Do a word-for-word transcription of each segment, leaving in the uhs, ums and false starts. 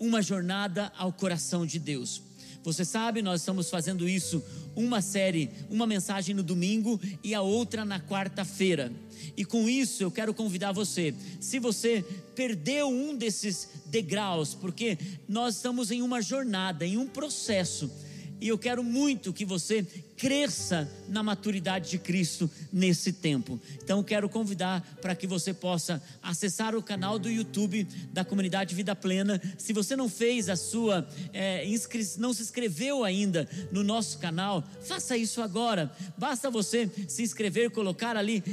uma jornada ao coração de Deus. Você sabe, nós estamos fazendo isso, uma série, uma mensagem no domingo e a outra na quarta-feira. E com isso eu quero convidar você, se você perdeu um desses degraus, porque nós estamos em uma jornada, em um processo, e eu quero muito que você cresça na maturidade de Cristo nesse tempo. Então quero convidar para que você possa acessar o canal do YouTube da Comunidade Vida Plena. Se você não fez a sua é, inscri- não se inscreveu ainda no nosso canal, faça isso agora. Basta você se inscrever, colocar ali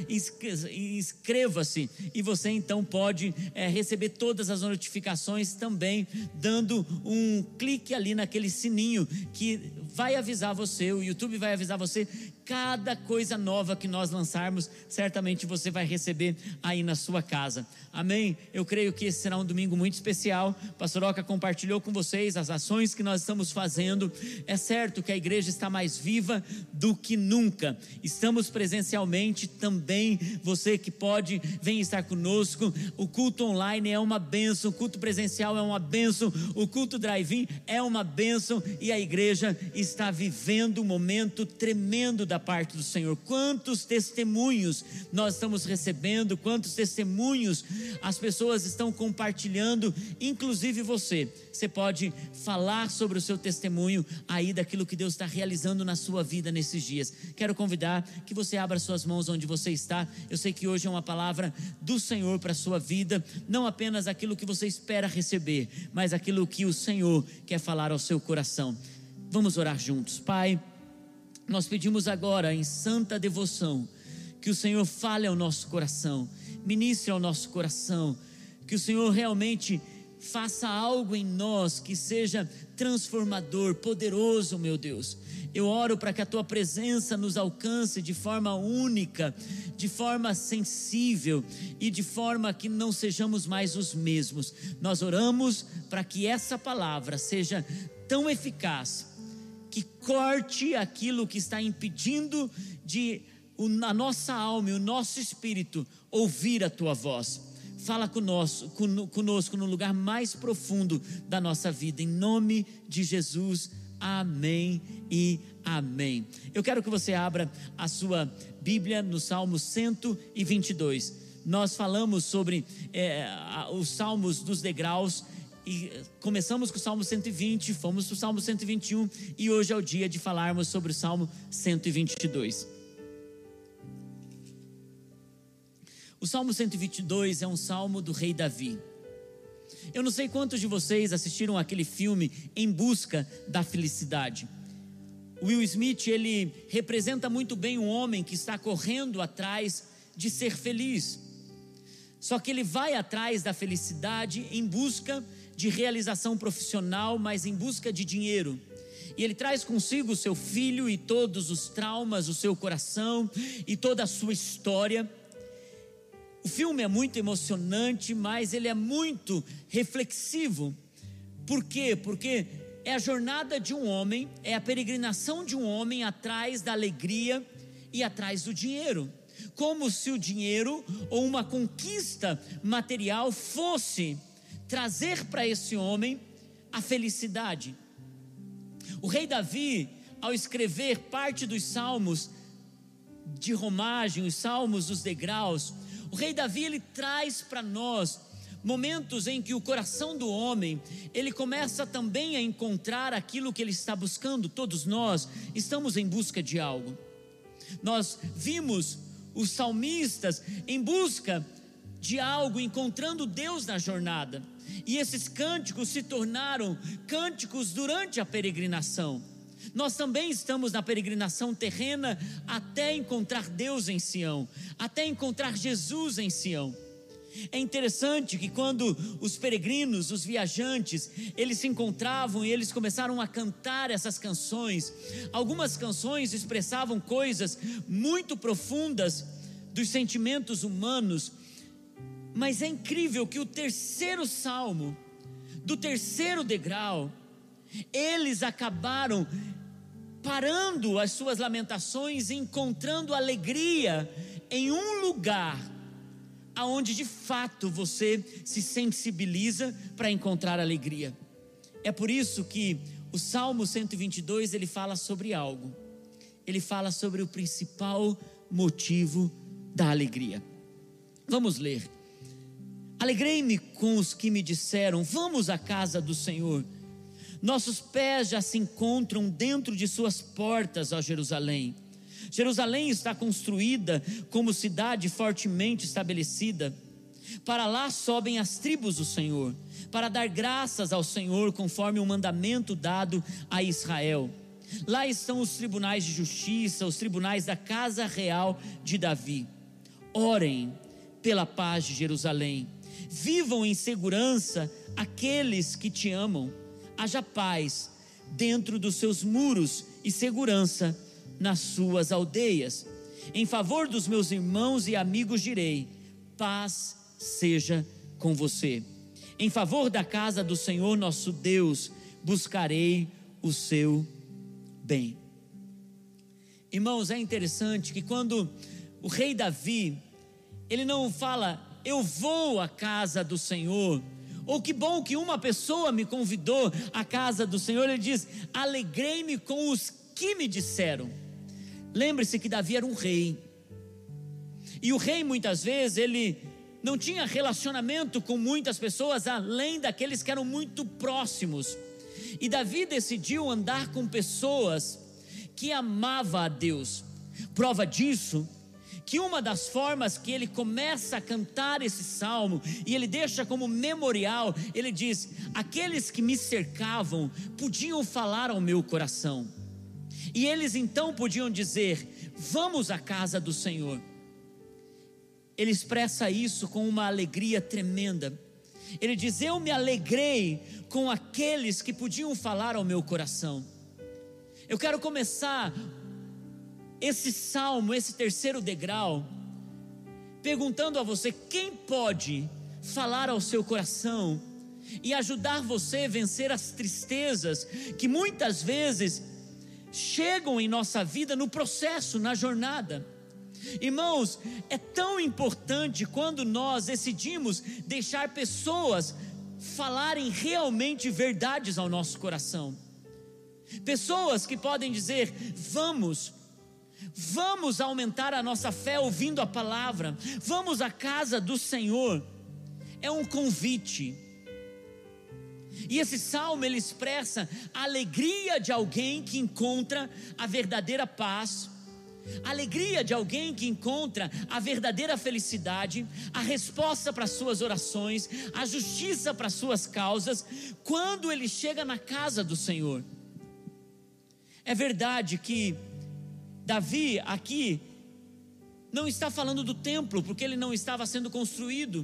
inscreva-se, e você então pode é, receber todas as notificações também, dando um clique ali naquele sininho que vai avisar você, o YouTube vai avisar você, cada coisa nova que nós lançarmos, certamente você vai receber aí na sua casa, amém? Eu creio que esse será um domingo muito especial. Pastor Oca compartilhou com vocês as ações que nós estamos fazendo. É certo que a igreja está mais viva do que nunca, estamos presencialmente também, você que pode, vem estar conosco. O culto online é uma bênção, o culto presencial é uma bênção, o culto drive-in é uma bênção, e a igreja está vivendo um momento tremendo da parte do Senhor. Quantos testemunhos nós estamos recebendo, quantos testemunhos as pessoas estão compartilhando, inclusive você. Você pode falar sobre o seu testemunho aí daquilo que Deus está realizando na sua vida nesses dias. Quero convidar que você abra suas mãos onde você está. Eu sei que hoje é uma palavra do Senhor para a sua vida, não apenas aquilo que você espera receber, mas aquilo que o Senhor quer falar ao seu coração. Vamos orar juntos. Pai, nós pedimos agora em santa devoção que o Senhor fale ao nosso coração, ministre ao nosso coração, que o Senhor realmente faça algo em nós que seja transformador, poderoso, meu Deus. Eu oro para que a Tua presença nos alcance de forma única, de forma sensível e de forma que não sejamos mais os mesmos. Nós oramos para que essa palavra seja tão eficaz, que corte aquilo que está impedindo de a nossa alma e o nosso espírito ouvir a Tua voz. Fala conosco, conosco no lugar mais profundo da nossa vida, em nome de Jesus, amém e amém. Eu quero que você abra a sua Bíblia no Salmo cento e vinte e dois. Nós falamos sobre é, os salmos dos degraus, e começamos com o Salmo cento e vinte, fomos para o Salmo cento e vinte e um, e hoje é o dia de falarmos sobre o Salmo cento e vinte e dois. O Salmo cento e vinte e dois é um salmo do rei Davi. Eu não sei quantos de vocês assistiram aquele filme Em Busca da Felicidade. Will Smith, ele representa muito bem um homem que está correndo atrás de ser feliz. Só que ele vai atrás da felicidade em busca de realização profissional, mas em busca de dinheiro. E ele traz consigo o seu filho e todos os traumas, o seu coração e toda a sua história. O filme é muito emocionante, mas ele é muito reflexivo. Por quê? Porque é a jornada de um homem, é a peregrinação de um homem atrás da alegria e atrás do dinheiro. Como se o dinheiro ou uma conquista material fosse trazer para esse homem a felicidade. O rei Davi, ao escrever parte dos salmos de romagem, os salmos dos degraus, o rei Davi, ele traz para nós momentos em que o coração do homem, ele começa também a encontrar aquilo que ele está buscando. Todos nós estamos em busca de algo. Nós vimos os salmistas em busca de algo, encontrando Deus na jornada, e esses cânticos se tornaram cânticos durante a peregrinação. Nós também estamos na peregrinação terrena até encontrar Deus em Sião, até encontrar Jesus em Sião. É interessante que quando os peregrinos, os viajantes, eles se encontravam e eles começaram a cantar essas canções, algumas canções expressavam coisas muito profundas dos sentimentos humanos, mas é incrível que o terceiro salmo, do terceiro degrau, eles acabaram parando as suas lamentações e encontrando alegria em um lugar aonde de fato você se sensibiliza para encontrar alegria. É por isso que o Salmo cento e vinte e dois, ele fala sobre algo. Ele fala sobre o principal motivo da alegria. Vamos ler. Alegrei-me com os que me disseram: vamos à casa do Senhor. Nossos pés já se encontram dentro de suas portas, ó Jerusalém. Jerusalém está construída como cidade fortemente estabelecida. Para lá sobem as tribos do Senhor, para dar graças ao Senhor conforme o mandamento dado a Israel. Lá estão os tribunais de justiça, os tribunais da casa real de Davi. Orem pela paz de Jerusalém. Vivam em segurança aqueles que te amam. Haja paz dentro dos seus muros e segurança nas suas aldeias. Em favor dos meus irmãos e amigos direi: paz seja com você. Em favor da casa do Senhor nosso Deus, buscarei o seu bem. Irmãos, é interessante que quando o rei Davi, ele não fala: eu vou à casa do Senhor, ou que bom que uma pessoa me convidou à casa do Senhor. Ele diz: alegrei-me com os que me disseram. Lembre-se que Davi era um rei, e o rei muitas vezes ele não tinha relacionamento com muitas pessoas além daqueles que eram muito próximos. E Davi decidiu andar com pessoas que amavam a Deus. Prova disso, que uma das formas que ele começa a cantar esse salmo, e ele deixa como memorial, ele diz: aqueles que me cercavam podiam falar ao meu coração, e eles então podiam dizer: vamos à casa do Senhor. Ele expressa isso com uma alegria tremenda. Ele diz: eu me alegrei com aqueles que podiam falar ao meu coração. Eu quero começar esse salmo, esse terceiro degrau, perguntando a você: quem pode falar ao seu coração e ajudar você a vencer as tristezas que muitas vezes chegam em nossa vida no processo, na jornada? Irmãos, é tão importante quando nós decidimos deixar pessoas falarem realmente verdades ao nosso coração. Pessoas que podem dizer: vamos, vamos aumentar a nossa fé ouvindo a palavra, vamos à casa do Senhor. É um convite. E esse salmo ele expressa a alegria de alguém que encontra a verdadeira paz, a alegria de alguém que encontra a verdadeira felicidade, a resposta para suas orações, a justiça para suas causas, quando ele chega na casa do Senhor. É verdade que Davi aqui não está falando do templo, porque ele não estava sendo construído.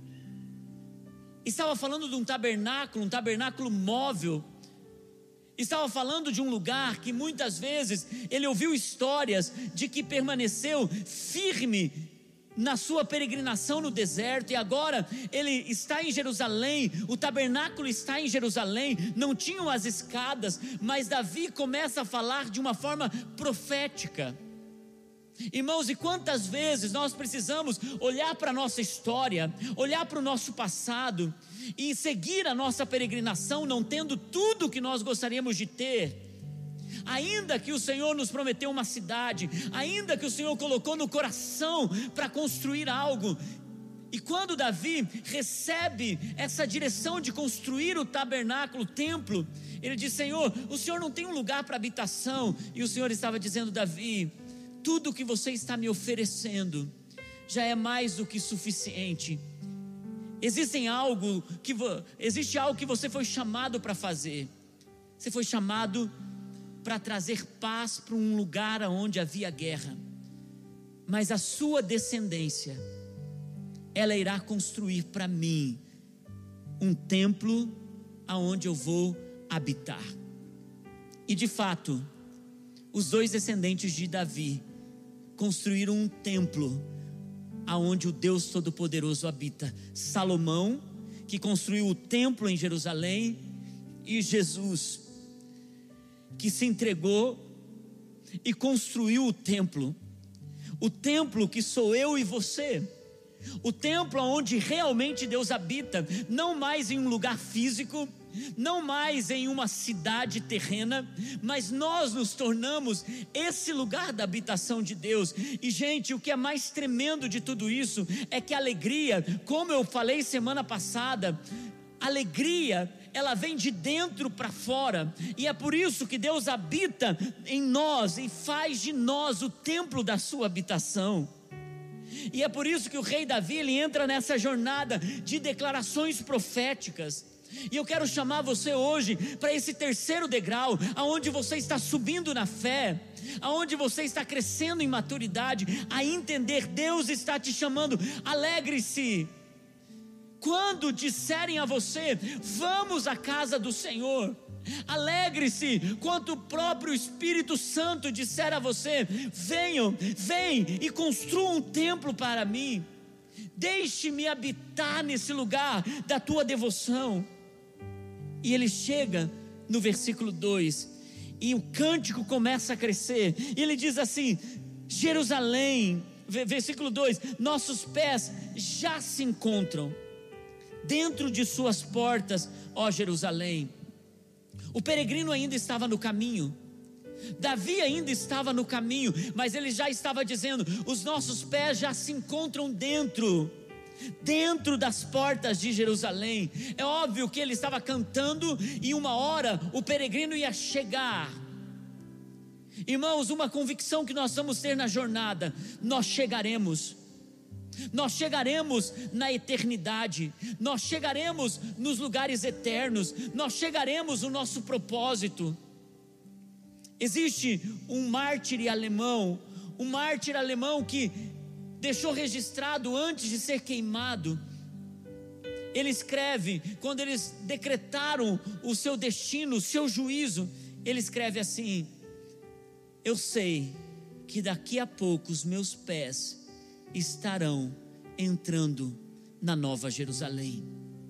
Estava falando de um tabernáculo, um tabernáculo móvel. Estava falando de um lugar que muitas vezes ele ouviu histórias de que permaneceu firme na sua peregrinação no deserto, e agora ele está em Jerusalém, o tabernáculo está em Jerusalém, não tinham as escadas, mas Davi começa a falar de uma forma profética. Irmãos, e quantas vezes nós precisamos olhar para a nossa história, olhar para o nosso passado e seguir a nossa peregrinação não tendo tudo o que nós gostaríamos de ter, ainda que o Senhor nos prometeu uma cidade, ainda que o Senhor colocou no coração para construir algo. E quando Davi recebe essa direção de construir o tabernáculo, o templo, ele diz: Senhor, o Senhor não tem um lugar para habitação. E o Senhor estava dizendo: Davi, tudo que você está me oferecendo já é mais do que suficiente. Existem algo que, existe algo que você foi chamado para fazer. Você foi chamado para trazer paz para um lugar onde havia guerra. Mas a sua descendência, ela irá construir para mim um templo aonde eu vou habitar. E de fato, os dois descendentes de Davi construíram um templo aonde o Deus Todo-Poderoso habita. Salomão, que construiu o templo em Jerusalém, e Jesus, que se entregou e construiu o templo. O templo que sou eu e você. O templo onde realmente Deus habita, não mais em um lugar físico, não mais em uma cidade terrena, mas nós nos tornamos esse lugar da habitação de Deus. E gente, o que é mais tremendo de tudo isso é que a alegria, como eu falei semana passada, alegria, ela vem de dentro para fora, e é por isso que Deus habita em nós e faz de nós o templo da sua habitação. E é por isso que o rei Davi, ele entra nessa jornada de declarações proféticas. E eu quero chamar você hoje para esse terceiro degrau, aonde você está subindo na fé, aonde você está crescendo em maturidade, a entender, Deus está te chamando, alegre-se. Quando disserem a você, vamos à casa do Senhor, alegre-se. Quando o próprio Espírito Santo disser a você, venham, vem e construa um templo para mim, deixe-me habitar nesse lugar da tua devoção. E ele chega no versículo dois, e o cântico começa a crescer, e ele diz assim: Jerusalém, versículo dois, nossos pés já se encontram dentro de suas portas, ó Jerusalém. O peregrino ainda estava no caminho, Davi ainda estava no caminho, mas ele já estava dizendo: os nossos pés já se encontram dentro, dentro das portas de Jerusalém. É óbvio que ele estava cantando, e uma hora o peregrino ia chegar. Irmãos, uma convicção que nós vamos ter na jornada: nós chegaremos. Nós chegaremos na eternidade, nós chegaremos nos lugares eternos, nós chegaremos no nosso propósito. Existe um mártir alemão, um mártir alemão que deixou registrado antes de ser queimado. Ele escreve, quando eles decretaram o seu destino, o seu juízo, ele escreve assim: eu sei que daqui a pouco os meus pés estarão entrando na Nova Jerusalém.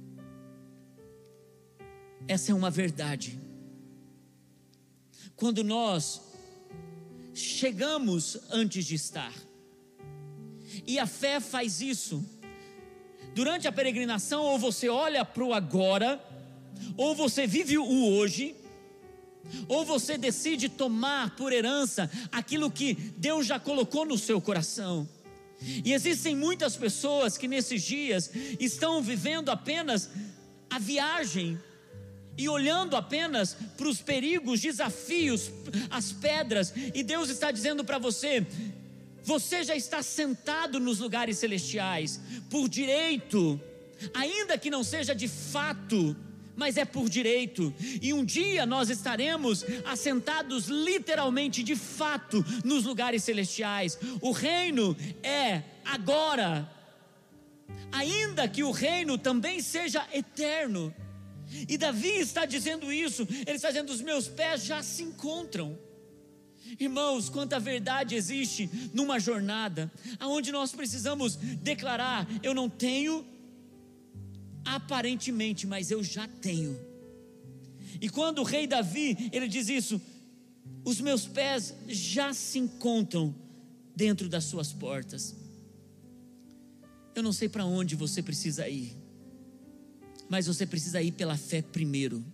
Essa é uma verdade. Quando nós chegamos antes de estar, e a fé faz isso. Durante a peregrinação, ou você olha para o agora, ou você vive o hoje, ou você decide tomar por herança aquilo que Deus já colocou no seu coração. E existem muitas pessoas que nesses dias estão vivendo apenas a viagem, e olhando apenas para os perigos, desafios, as pedras, e Deus está dizendo para você: você já está sentado nos lugares celestiais, por direito, ainda que não seja de fato, mas é por direito. E um dia nós estaremos assentados literalmente, de fato, nos lugares celestiais. O reino é agora, ainda que o reino também seja eterno. E Davi está dizendo isso, ele está dizendo: os meus pés já se encontram. Irmãos, quanta verdade existe numa jornada aonde nós precisamos declarar: eu não tenho aparentemente, mas eu já tenho. E quando o rei Davi, ele diz isso: os meus pés já se encontram dentro das suas portas. Eu não sei para onde você precisa ir, mas você precisa ir pela fé primeiro.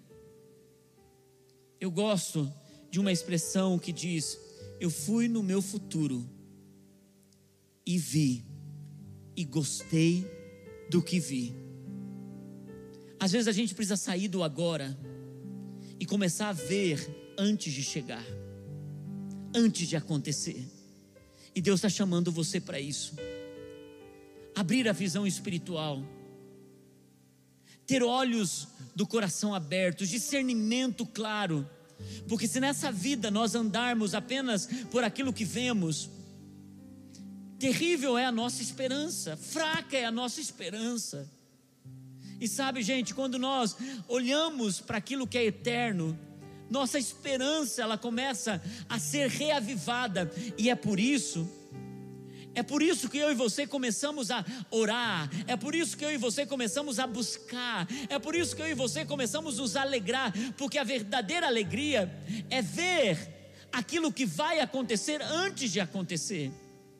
Eu gosto de uma expressão que diz: eu fui no meu futuro e vi, e gostei do que vi. Às vezes a gente precisa sair do agora e começar a ver antes de chegar, antes de acontecer. E Deus está chamando você para isso. Abrir a visão espiritual, ter olhos do coração abertos, discernimento claro. Porque se nessa vida nós andarmos apenas por aquilo que vemos, terrível é a nossa esperança, fraca é a nossa esperança. E sabe, gente, quando nós olhamos para aquilo que é eterno, nossa esperança, ela começa a ser reavivada. E é por isso, é por isso que eu e você começamos a orar, é por isso que eu e você começamos a buscar, é por isso que eu e você começamos a nos alegrar, porque a verdadeira alegria é ver aquilo que vai acontecer antes de acontecer.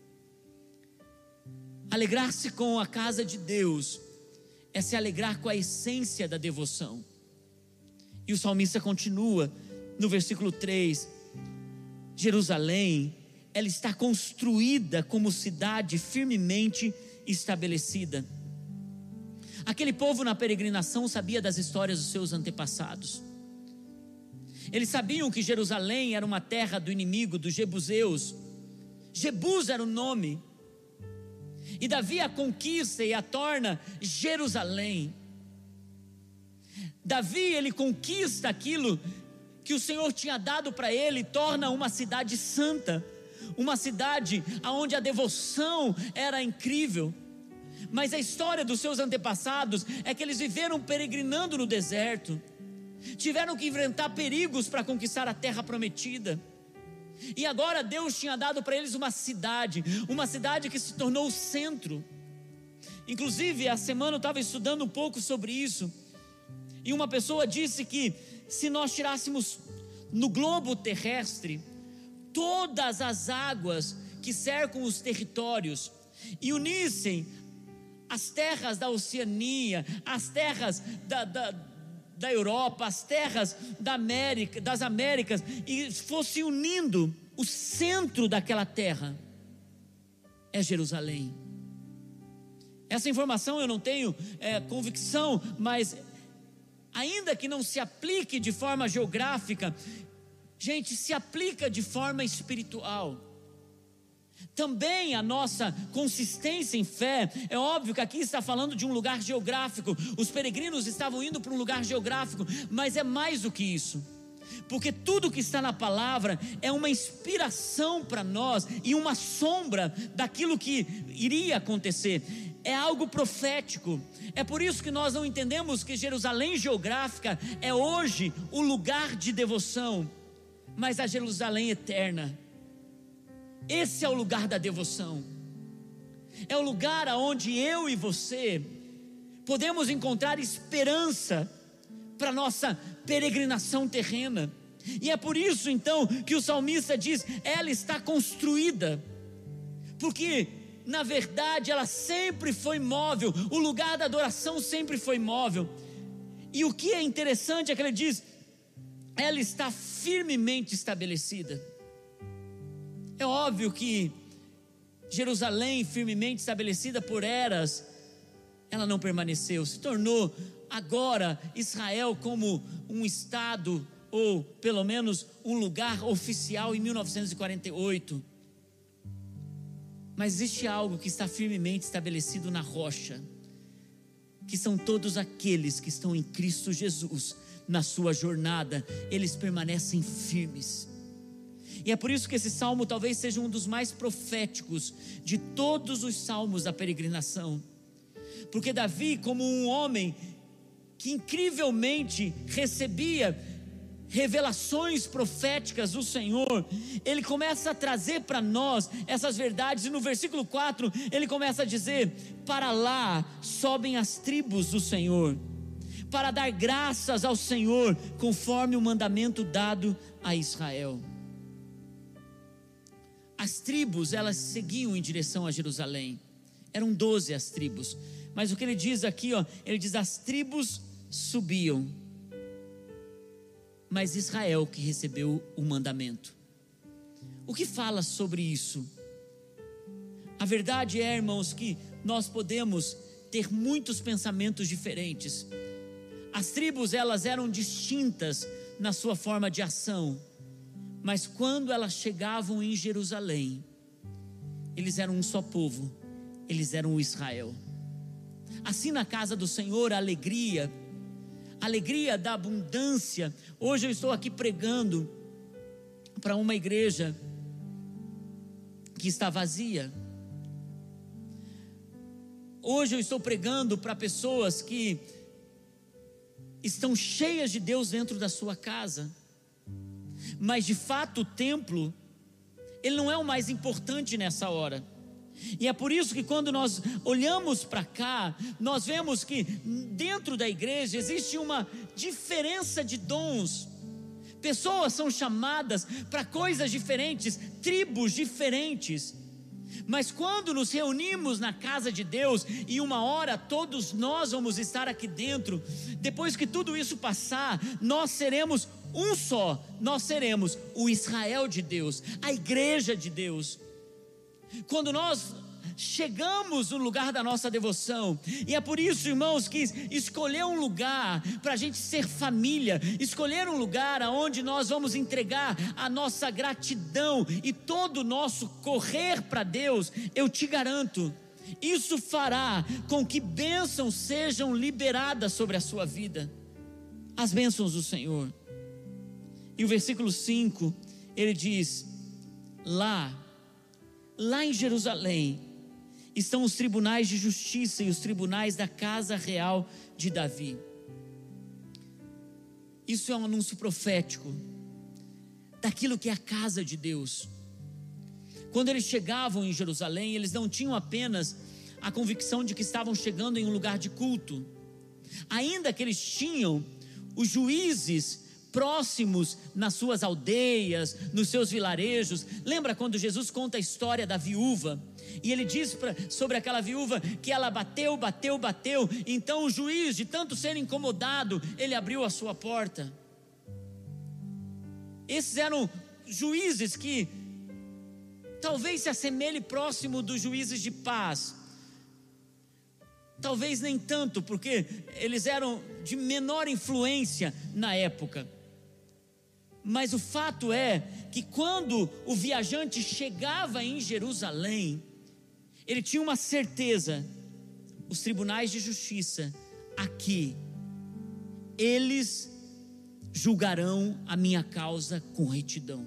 Alegrar-se com a casa de Deus é se alegrar com a essência da devoção. E o salmista continua no versículo três: Jerusalém, ela está construída como cidade firmemente estabelecida. Aquele povo na peregrinação sabia das histórias dos seus antepassados. Eles sabiam que Jerusalém era uma terra do inimigo, dos jebuseus. Jebus era o nome. E Davi a conquista e a torna Jerusalém. Davi, ele conquista aquilo que o Senhor tinha dado para ele, torna uma cidade santa, uma cidade onde a devoção era incrível. Mas a história dos seus antepassados é que eles viveram peregrinando no deserto, tiveram que enfrentar perigos para conquistar a terra prometida. E agora Deus tinha dado para eles uma cidade, uma cidade que se tornou o centro. Inclusive, a semana eu estava estudando um pouco sobre isso, e uma pessoa disse que se nós tirássemos no globo terrestre todas as águas que cercam os territórios e unissem as terras da Oceania, as terras da, da, da Europa, as terras da América, das Américas, e fosse unindo, o centro daquela terra é Jerusalém. Essa informação eu não tenho é, convicção, mas ainda que não se aplique de forma geográfica, gente, se aplica de forma espiritual. Também a nossa consistência em fé, é óbvio que aqui está falando de um lugar geográfico, os peregrinos estavam indo para um lugar geográfico, mas é mais do que isso, porque tudo que está na palavra é uma inspiração para nós e uma sombra daquilo que iria acontecer, é algo profético. É por isso que nós não entendemos que Jerusalém geográfica é hoje o lugar de devoção, mas a Jerusalém eterna, esse é o lugar da devoção, é o lugar onde eu e você podemos encontrar esperança para nossa peregrinação terrena. E é por isso então que o salmista diz: ela está construída, porque na verdade ela sempre foi móvel, o lugar da adoração sempre foi móvel. E o que é interessante é que ele diz: ela está firmemente estabelecida. É óbvio que Jerusalém, firmemente estabelecida por eras, ela não permaneceu, se tornou agora Israel como um estado, ou pelo menos um lugar oficial em mil novecentos e quarenta e oito. Mas existe algo que está firmemente estabelecido na rocha, que são todos aqueles que estão em Cristo Jesus, na sua jornada, eles permanecem firmes. E é por isso que esse salmo talvez seja um dos mais proféticos de todos os salmos da peregrinação, porque Davi, como um homem que incrivelmente recebia revelações proféticas do Senhor, ele começa a trazer para nós essas verdades, e no versículo quatro ele começa a dizer: para lá sobem as tribos do Senhor, para dar graças ao Senhor, conforme o mandamento dado a Israel. As tribos, elas seguiam em direção a Jerusalém, eram doze as tribos, mas o que ele diz aqui, ó, ele diz: as tribos subiam, mas Israel que recebeu o mandamento. O que fala sobre isso? A verdade é, irmãos, que nós podemos ter muitos pensamentos diferentes. As tribos, elas eram distintas na sua forma de ação, mas quando elas chegavam em Jerusalém, eles eram um só povo, eles eram o Israel. Assim, na casa do Senhor, a alegria, a alegria da abundância. Hoje eu estou aqui pregando para uma igreja que está vazia. Hoje eu estou pregando para pessoas que estão cheias de Deus dentro da sua casa, mas de fato o templo, ele não é o mais importante nessa hora. E é por isso que quando nós olhamos para cá, nós vemos que dentro da igreja existe uma diferença de dons. Pessoas são chamadas para coisas diferentes, tribos diferentes, Mas quando nos reunimos na casa de Deus, e uma hora todos nós vamos estar aqui dentro, depois que tudo isso passar, nós seremos um só, nós seremos o Israel de Deus, a igreja de Deus. Quando nós chegamos no lugar da nossa devoção, e é por isso, irmãos, que escolher um lugar para a gente ser família, escolher um lugar aonde nós vamos entregar a nossa gratidão e todo o nosso correr para Deus, eu te garanto, isso fará com que bênçãos sejam liberadas sobre a sua vida, as bênçãos do Senhor. E o versículo cinco, ele diz: lá, lá em Jerusalém, estão os tribunais de justiça e os tribunais da casa real de Davi. Isso é um anúncio profético daquilo que é a casa de Deus. Quando eles chegavam em Jerusalém, eles não tinham apenas a convicção de que estavam chegando em um lugar de culto, ainda que eles tinham os juízes próximos nas suas aldeias, nos seus vilarejos. Lembra quando Jesus conta a história da viúva? E ele diz pra, sobre aquela viúva que ela bateu, bateu, bateu. Então o juiz, de tanto ser incomodado, ele abriu a sua porta. Esses eram juízes que talvez se assemelhe próximo dos juízes de paz. Talvez nem tanto, porque eles eram de menor influência na época. Mas o fato é que quando o viajante chegava em Jerusalém, ele tinha uma certeza: os tribunais de justiça aqui, eles julgarão a minha causa com retidão.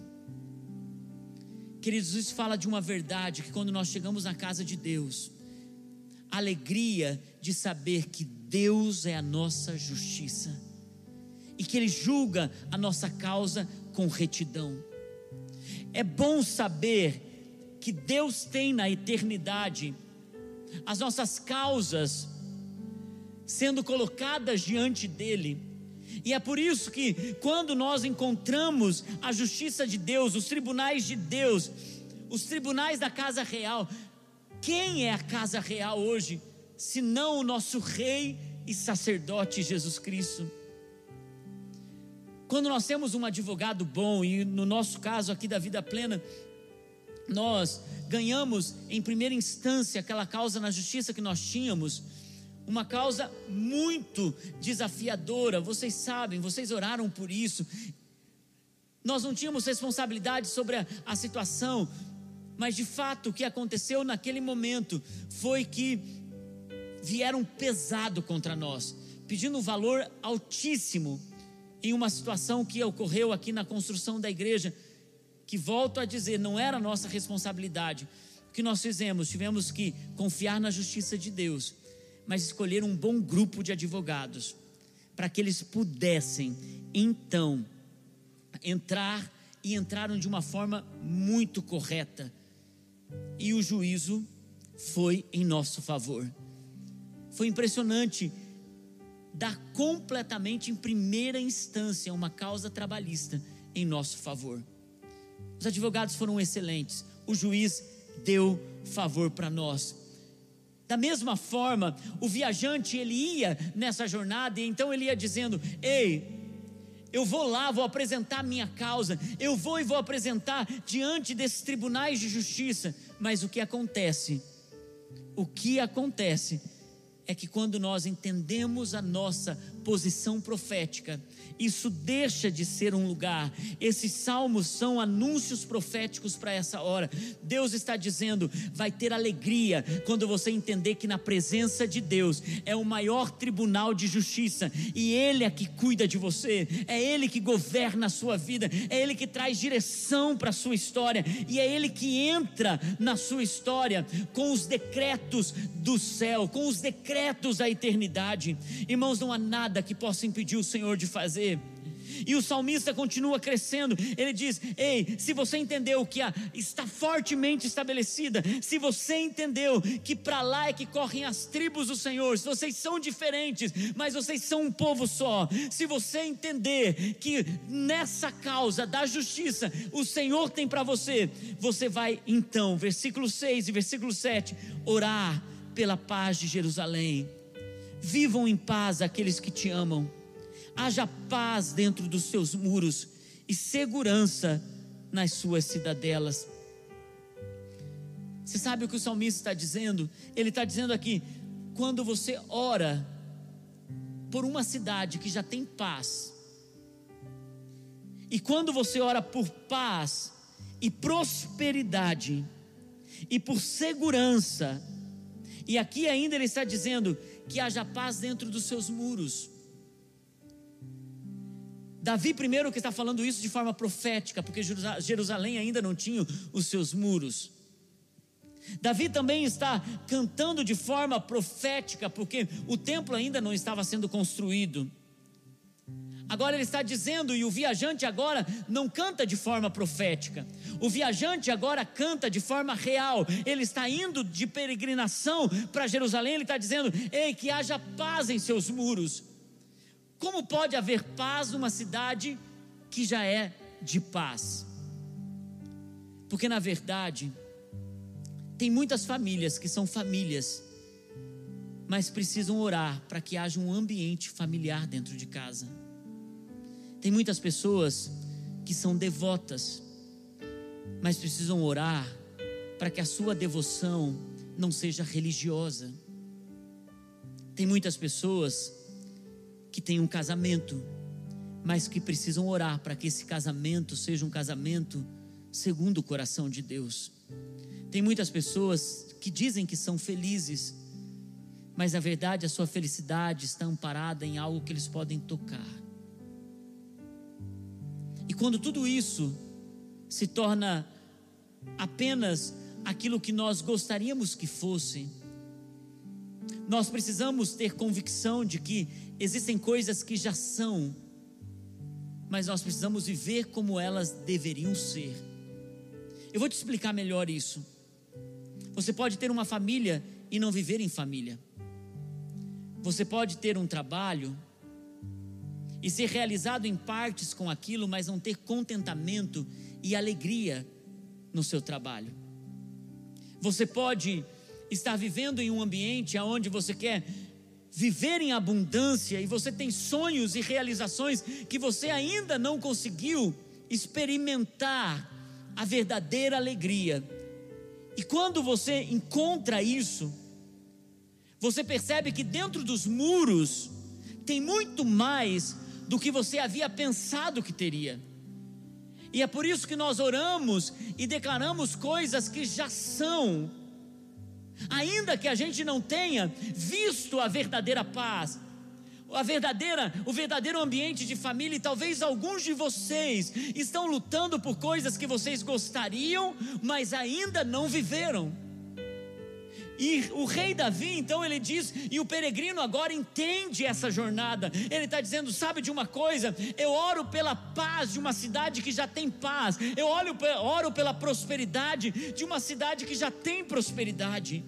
Queridos, isso fala de uma verdade, que quando nós chegamos na casa de Deus, a alegria de saber que Deus é a nossa justiça e que Ele julga a nossa causa com retidão. É bom saber que Deus tem na eternidade as nossas causas sendo colocadas diante dEle, e é por isso que quando nós encontramos a justiça de Deus, os tribunais de Deus, os tribunais da casa real. Quem é a casa real hoje, senão o nosso rei e sacerdote Jesus Cristo? Quando nós temos um advogado bom, e no nosso caso aqui da Vida Plena, nós ganhamos em primeira instância aquela causa na justiça que nós tínhamos, uma causa muito desafiadora. Vocês sabem, vocês oraram por isso. Nós não tínhamos responsabilidade sobre a, a situação, mas de fato o que aconteceu naquele momento foi que vieram pesado contra nós, pedindo um valor altíssimo, em uma situação que ocorreu aqui na construção da igreja, que, volto a dizer, não era nossa responsabilidade. O que nós fizemos? Tivemos que confiar na justiça de Deus, mas escolher um bom grupo de advogados, para que eles pudessem então entrar, e entraram de uma forma muito correta, e o juízo foi em nosso favor. Foi impressionante dar completamente em primeira instância uma causa trabalhista em nosso favor. Os advogados foram excelentes, o juiz deu favor para nós. Da mesma forma, o viajante, ele ia nessa jornada, e então ele ia dizendo: ei, eu vou lá, vou apresentar a minha causa, eu vou e vou apresentar diante desses tribunais de justiça. Mas o que acontece? O que acontece é que quando nós entendemos a nossa posição profética, isso deixa de ser um lugar. Esses salmos são anúncios proféticos para essa hora. Deus está dizendo: vai ter alegria quando você entender que na presença de Deus é o maior tribunal de justiça, e Ele é que cuida de você, é Ele que governa a sua vida, é Ele que traz direção para a sua história, e é Ele que entra na sua história com os decretos do céu, com os decretos da eternidade. Irmãos, não há nada que possa impedir o Senhor de fazer. E o salmista continua crescendo. Ele diz: ei, se você entendeu que a, está fortemente estabelecida, se você entendeu que para lá é que correm as tribos do Senhor, se vocês são diferentes, mas vocês são um povo só, se você entender que nessa causa da justiça o Senhor tem para você, você vai então, versículo seis e versículo sete, orar pela paz de Jerusalém. Vivam em paz aqueles que te amam, haja paz dentro dos seus muros e segurança nas suas cidadelas. Você sabe o que o salmista está dizendo? Ele está dizendo aqui: quando você ora por uma cidade que já tem paz, e quando você ora por paz e prosperidade e por segurança, e aqui ainda ele está dizendo que haja paz dentro dos seus muros. Davi primeiro que está falando isso de forma profética, porque Jerusalém ainda não tinha os seus muros. Davi também está cantando de forma profética, porque o templo ainda não estava sendo construído. Agora ele está dizendo, e o viajante agora não canta de forma profética, o viajante agora canta de forma real. Ele está indo de peregrinação para Jerusalém. Ele está dizendo: ei, que haja paz em seus muros. Como pode haver paz numa cidade que já é de paz? Porque na verdade tem muitas famílias que são famílias, mas precisam orar para que haja um ambiente familiar dentro de casa. Tem muitas pessoas que são devotas, mas precisam orar para que a sua devoção não seja religiosa. Tem muitas pessoas que têm um casamento, mas que precisam orar para que esse casamento seja um casamento segundo o coração de Deus. Tem muitas pessoas que dizem que são felizes, mas na verdade a sua felicidade está amparada em algo que eles podem tocar. E quando tudo isso se torna apenas aquilo que nós gostaríamos que fosse, nós precisamos ter convicção de que existem coisas que já são, mas nós precisamos viver como elas deveriam ser. Eu vou te explicar melhor isso. Você pode ter uma família e não viver em família. Você pode ter um trabalho e ser realizado em partes com aquilo, mas não ter contentamento e alegria no seu trabalho. Você pode estar vivendo em um ambiente onde você quer viver em abundância e você tem sonhos e realizações que você ainda não conseguiu experimentar a verdadeira alegria. E quando você encontra isso, você percebe que dentro dos muros tem muito mais do que você havia pensado que teria. E é por isso que nós oramos e declaramos coisas que já são, ainda que a gente não tenha visto a verdadeira paz, a verdadeira, o verdadeiro ambiente de família. E talvez alguns de vocês estão lutando por coisas que vocês gostariam, mas ainda não viveram. E o rei Davi, então, ele diz, e o peregrino agora entende essa jornada. Ele está dizendo: sabe de uma coisa, eu oro pela paz de uma cidade que já tem paz, eu oro, oro pela prosperidade de uma cidade que já tem prosperidade.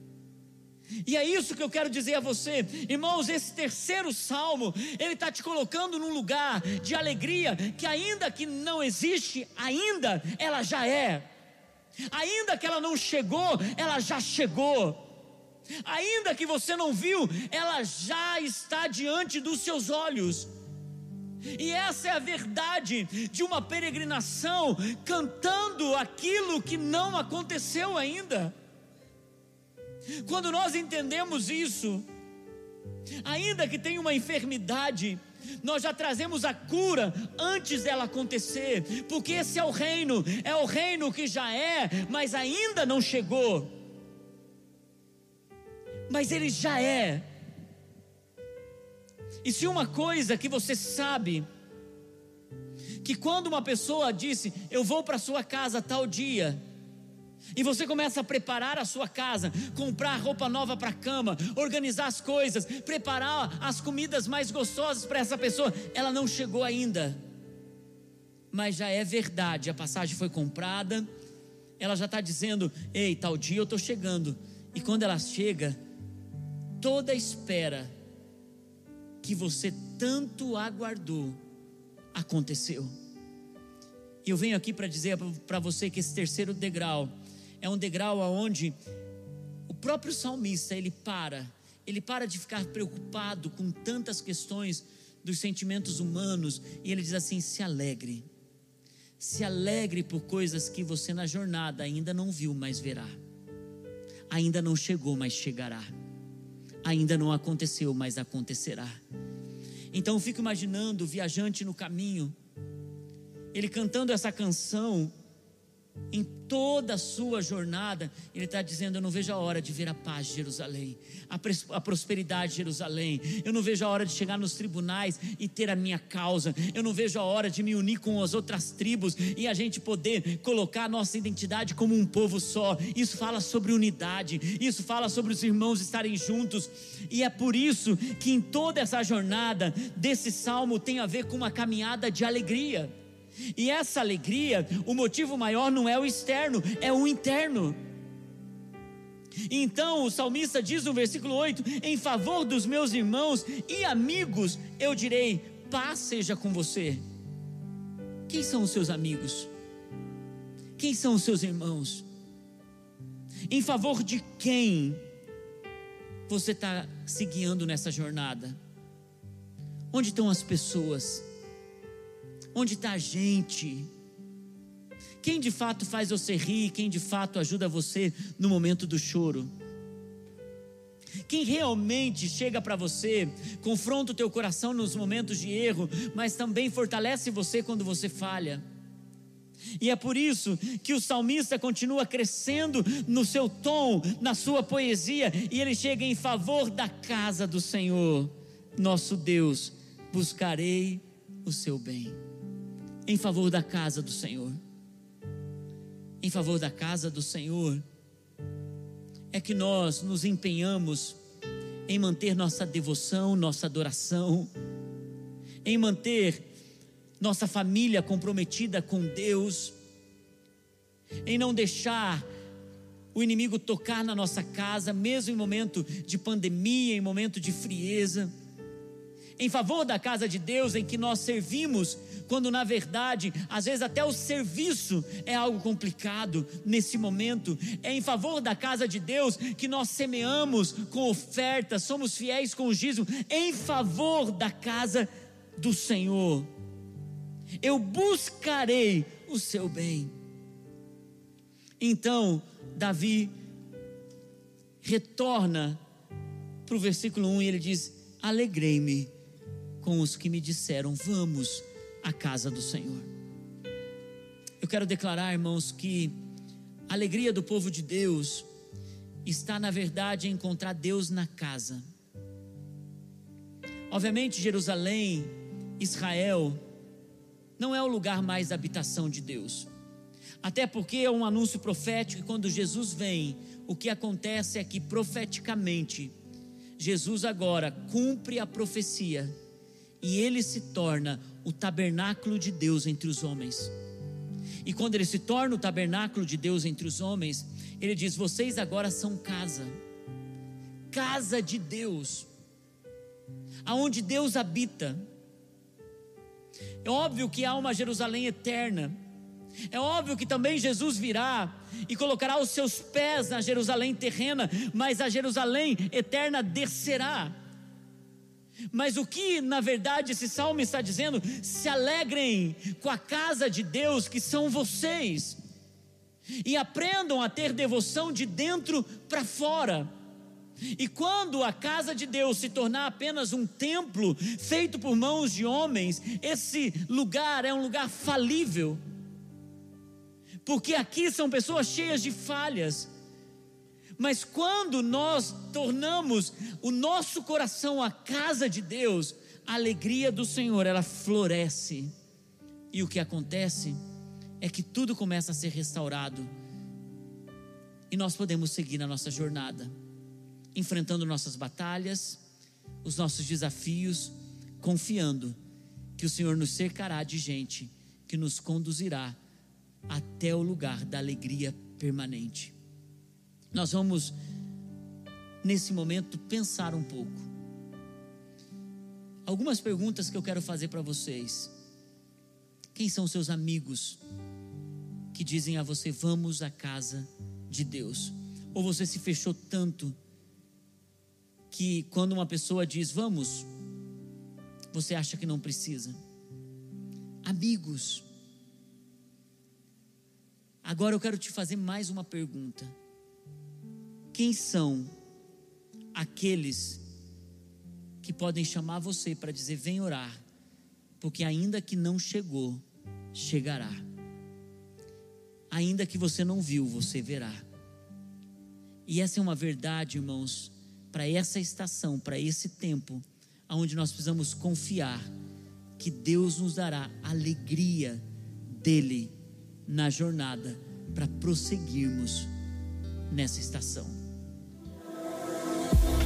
E é isso que eu quero dizer a você, irmãos. Esse terceiro salmo, ele está te colocando num lugar de alegria, que ainda que não existe ainda, ela já é. Ainda que ela não chegou, ela já chegou. Ainda que você não viu, ela já está diante dos seus olhos. E essa é a verdade de uma peregrinação, cantando aquilo que não aconteceu ainda. Quando nós entendemos isso, ainda que tenha uma enfermidade, nós já trazemos a cura antes dela acontecer, porque esse é o reino, é o reino que já é, mas ainda não chegou, mas ele já é. E se uma coisa que você sabe, que quando uma pessoa disse: eu vou para sua casa tal dia, E você começa a preparar a sua casa, comprar roupa nova para a cama, organizar as coisas, preparar as comidas mais gostosas para essa pessoa. Ela não chegou ainda, mas já é verdade, a passagem foi comprada, ela já está dizendo: ei, tal dia eu estou chegando. E quando ela chega, toda a espera que você tanto aguardou aconteceu. E eu venho aqui para dizer para você que esse terceiro degrau é um degrau aonde o próprio salmista, ele para, ele para de ficar preocupado com tantas questões dos sentimentos humanos, e ele diz assim: se alegre, se alegre por coisas que você na jornada ainda não viu, mas verá, ainda não chegou, mas chegará, ainda não aconteceu, mas acontecerá. Então eu fico imaginando o viajante no caminho, ele cantando essa canção. Em toda a sua jornada, ele está dizendo: eu não vejo a hora de ver a paz de Jerusalém, a, a prosperidade de Jerusalém. Eu não vejo a hora de chegar nos tribunais e ter a minha causa. Eu não vejo a hora de me unir com as outras tribos e a gente poder colocar a nossa identidade como um povo só. Isso fala sobre unidade, isso fala sobre os irmãos estarem juntos. E é por isso que em toda essa jornada desse salmo tem a ver com uma caminhada de alegria. E essa alegria, o motivo maior não é o externo, é o interno. Então o salmista diz no versículo oito: em favor dos meus irmãos e amigos, eu direi, paz seja com você. Quem são os seus amigos? Quem são os seus irmãos? Em favor de quem você está se guiando nessa jornada? Onde estão as pessoas? Onde está a gente? Quem de fato faz você rir? Quem de fato ajuda você no momento do choro? Quem realmente chega para você, confronta o teu coração nos momentos de erro, mas também fortalece você quando você falha? E é por isso que o salmista continua crescendo no seu tom, na sua poesia, e ele chega: em favor da casa do Senhor, nosso Deus, buscarei o seu bem. Em favor da casa do Senhor, em favor da casa do Senhor, é que nós nos empenhamos em manter nossa devoção, nossa adoração, em manter nossa família comprometida com Deus, em não deixar o inimigo tocar na nossa casa, mesmo em momento de pandemia, em momento de frieza. Em favor da casa de Deus, em que nós servimos, quando na verdade, às vezes até o serviço é algo complicado nesse momento. É em favor da casa de Deus que nós semeamos com ofertas, somos fiéis com o dízimo. Em favor da casa do Senhor, eu buscarei o seu bem. Então Davi retorna para o versículo um e ele diz: alegrei-me com os que me disseram, vamos à casa do Senhor. Eu quero declarar, irmãos, que a alegria do povo de Deus está na verdade em encontrar Deus na casa. Obviamente Jerusalém, Israel, não é o lugar mais da habitação de Deus, até porque é um anúncio profético, e quando Jesus vem, o que acontece é que profeticamente Jesus agora cumpre a profecia e ele se torna o tabernáculo de Deus entre os homens. E quando ele se torna o tabernáculo de Deus entre os homens, ele diz: vocês agora são casa, casa de Deus, aonde Deus habita. É óbvio que há uma Jerusalém eterna. É óbvio que também Jesus virá e colocará os seus pés na Jerusalém terrena, mas a Jerusalém eterna descerá. Mas o que na verdade esse salmo está dizendo? Se alegrem com a casa de Deus, que são vocês, e aprendam a ter devoção de dentro para fora. E quando a casa de Deus se tornar apenas um templo feito por mãos de homens, esse lugar é um lugar falível, porque aqui são pessoas cheias de falhas. Mas quando nós tornamos o nosso coração a casa de Deus, a alegria do Senhor, ela floresce. E o que acontece é que tudo começa a ser restaurado. e nós podemos seguir na nossa jornada, enfrentando nossas batalhas, os nossos desafios, confiando que o Senhor nos cercará de gente que nos conduzirá até o lugar da alegria permanente. Nós vamos, nesse momento, pensar um pouco. Algumas perguntas que eu quero fazer para vocês. Quem são seus amigos que dizem a você: vamos à casa de Deus? Ou você se fechou tanto que quando uma pessoa diz vamos, você acha que não precisa? Amigos. Agora eu quero te fazer mais uma pergunta. Quem são aqueles que podem chamar você para dizer: vem orar, porque ainda que não chegou, chegará. Ainda que você não viu, você verá. E essa é uma verdade, irmãos, para essa estação, para esse tempo, onde nós precisamos confiar que Deus nos dará alegria dele na jornada para prosseguirmos nessa estação.